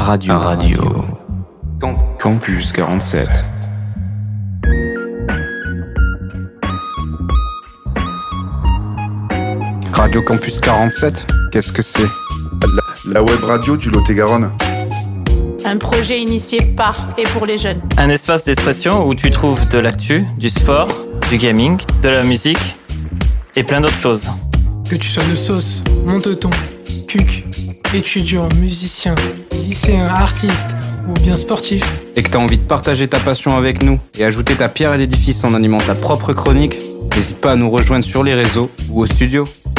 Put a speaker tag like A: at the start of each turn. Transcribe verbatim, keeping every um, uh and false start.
A: Radio. Radio. Campus quarante-sept. Radio Campus quarante-sept, qu'est-ce que c'est ?
B: la, la web radio du Lot-et-Garonne.
C: Un projet initié par et pour les jeunes.
D: Un espace d'expression où tu trouves de l'actu, du sport, du gaming, de la musique et plein d'autres choses.
E: Que tu sois de sauce, monteton, cuc, étudiant, musicien, lycéen, artiste ou bien sportif.
A: Et que t'as envie de partager ta passion avec nous et ajouter ta pierre à l'édifice en animant ta propre chronique, n'hésite pas à nous rejoindre sur les réseaux ou au studio.